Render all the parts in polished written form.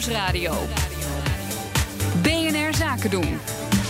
Nieuwsradio. BNR Zaken doen.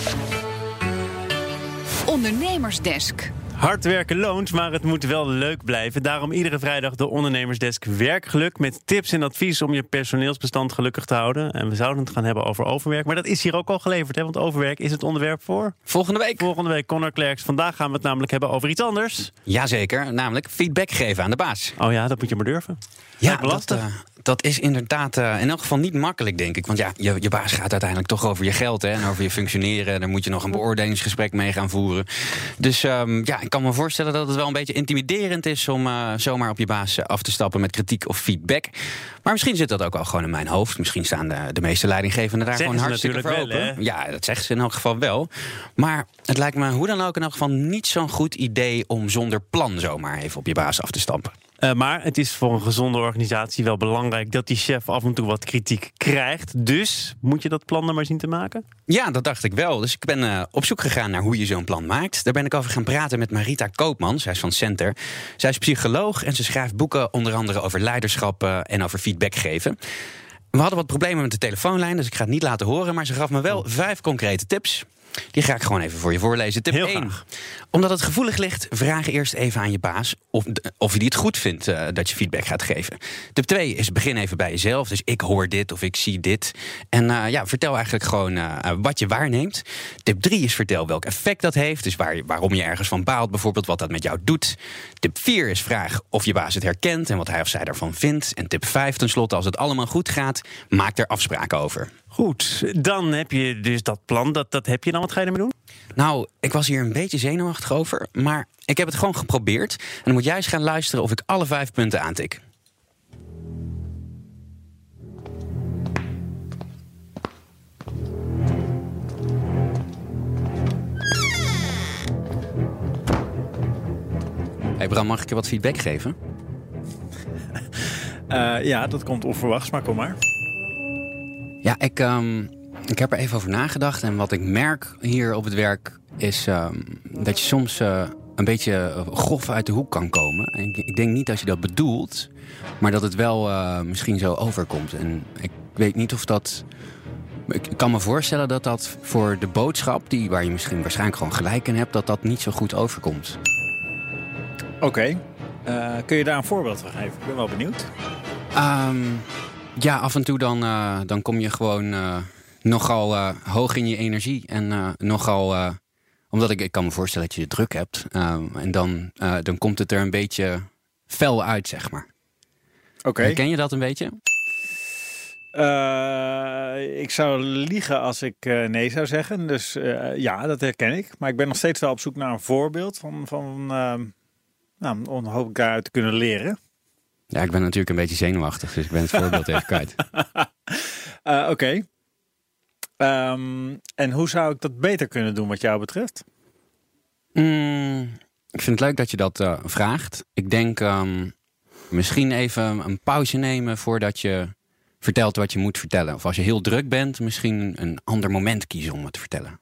Ondernemersdesk. Hard werken loont, maar het moet wel leuk blijven. Daarom iedere vrijdag de Ondernemersdesk Werkgeluk... met tips en advies om je personeelsbestand gelukkig te houden. En we zouden het gaan hebben over overwerk. Maar dat is hier ook al geleverd, hè? Want overwerk is het onderwerp voor... Volgende week, Connor Klerks. Vandaag gaan we het namelijk hebben over iets anders. Jazeker, namelijk feedback geven aan de baas. Oh ja, dat moet je maar durven. Ja, dat is inderdaad in elk geval niet makkelijk, denk ik. Want ja, je baas gaat uiteindelijk toch over je geld, hè, en over je functioneren. Daar moet je nog een beoordelingsgesprek mee gaan voeren. Dus ik kan me voorstellen dat het wel een beetje intimiderend is... om zomaar op je baas af te stappen met kritiek of feedback. Maar misschien zit dat ook al gewoon in mijn hoofd. Misschien staan de meeste leidinggevenden daar gewoon hartstikke voor open. Ja, dat zeggen ze in elk geval wel. Maar het lijkt me hoe dan ook in elk geval niet zo'n goed idee... om zonder plan zomaar even op je baas af te stampen. Maar het is voor een gezonde organisatie wel belangrijk... dat die chef af en toe wat kritiek krijgt. Dus moet je dat plan er maar zien te maken? Ja, dat dacht ik wel. Dus ik ben op zoek gegaan naar hoe je zo'n plan maakt. Daar ben ik over gaan praten met Marita Koopman. Zij is van Center. Zij is psycholoog en ze schrijft boeken... onder andere over leiderschap en over feedback geven. We hadden wat problemen met de telefoonlijn... dus ik ga het niet laten horen... maar ze gaf me wel 5 concrete tips... Die ga ik gewoon even voor je voorlezen. Tip 1. Omdat het gevoelig ligt, vraag eerst even aan je baas... of je die het goed vindt dat je feedback gaat geven. Tip 2 is begin even bij jezelf. Dus ik hoor dit of ik zie dit. En vertel eigenlijk gewoon wat je waarneemt. Tip 3 is vertel welk effect dat heeft. Dus waarom je ergens van baalt, bijvoorbeeld wat dat met jou doet. Tip 4 is vraag of je baas het herkent... en wat hij of zij daarvan vindt. En tip 5 tenslotte, als het allemaal goed gaat... maak er afspraken over. Goed, dan heb je dus dat plan. Dat heb je dan. Wat ga je ermee doen? Nou, ik was hier een beetje zenuwachtig over. Maar ik heb het gewoon geprobeerd. En dan moet jij eens gaan luisteren of ik alle 5 punten aantik. Hey Bram, mag ik je wat feedback geven? Ja, dat komt onverwachts, maar kom maar. Ja, ik heb er even over nagedacht. En wat ik merk hier op het werk is dat je soms een beetje grof uit de hoek kan komen. En ik denk niet dat je dat bedoelt, maar dat het wel misschien zo overkomt. En ik weet niet of dat... Ik kan me voorstellen dat dat voor de boodschap, waar je misschien waarschijnlijk gewoon gelijk in hebt, dat niet zo goed overkomt. Oké. Kun je daar een voorbeeld van geven? Ik ben wel benieuwd. Ja, af en toe dan kom je gewoon nogal hoog in je energie. En nogal... omdat ik kan me voorstellen dat je druk hebt. En dan komt het er een beetje fel uit, zeg maar. Oké. Herken je dat een beetje? Ik zou liegen als ik nee zou zeggen. Dus ja, dat herken ik. Maar ik ben nog steeds wel op zoek naar een voorbeeld om hoop ik daaruit te kunnen leren. Ja, ik ben natuurlijk een beetje zenuwachtig, dus ik ben het voorbeeld even kwijt. Oké. En hoe zou ik dat beter kunnen doen wat jou betreft? Ik vind het leuk dat je dat vraagt. Ik denk misschien even een pauze nemen voordat je vertelt wat je moet vertellen. Of als je heel druk bent, misschien een ander moment kiezen om het te vertellen.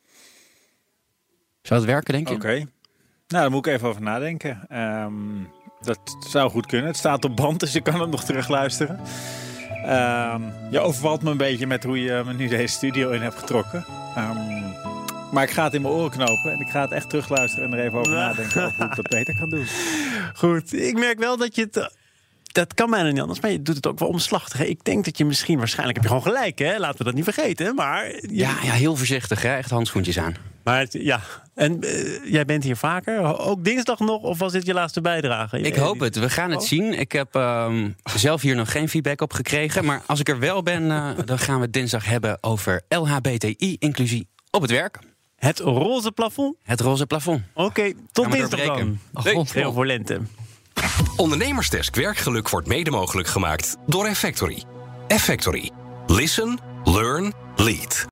Zou dat werken, denk je? Oké. Nou, daar moet ik even over nadenken. Dat zou goed kunnen. Het staat op band, dus je kan het nog terugluisteren. Je overvalt me een beetje met hoe je me nu deze studio in hebt getrokken. Maar ik ga het in mijn oren knopen. En ik ga het echt terugluisteren en er even over nadenken over hoe ik dat beter kan doen. Goed, ik merk wel dat je het... Dat kan bijna niet anders, maar je doet het ook wel omslachtig. Hè? Ik denk dat je waarschijnlijk heb je gewoon gelijk, hè? Laten we dat niet vergeten. Maar ja, heel voorzichtig, hè? Echt handschoentjes aan. Maar ja, en jij bent hier vaker. Ook dinsdag nog, of was dit je laatste bijdrage? Ik hoop het, we gaan het zien. Ik heb zelf hier nog geen feedback op gekregen. Maar als ik er wel ben, dan gaan we het dinsdag hebben over LHBTI-inclusie op het werk. Het roze plafond? Het roze plafond. Oké, tot dinsdag dan. Heel voor lente. Ondernemersdesk Werkgeluk wordt mede mogelijk gemaakt door Effectory. Effectory. Listen, learn, lead.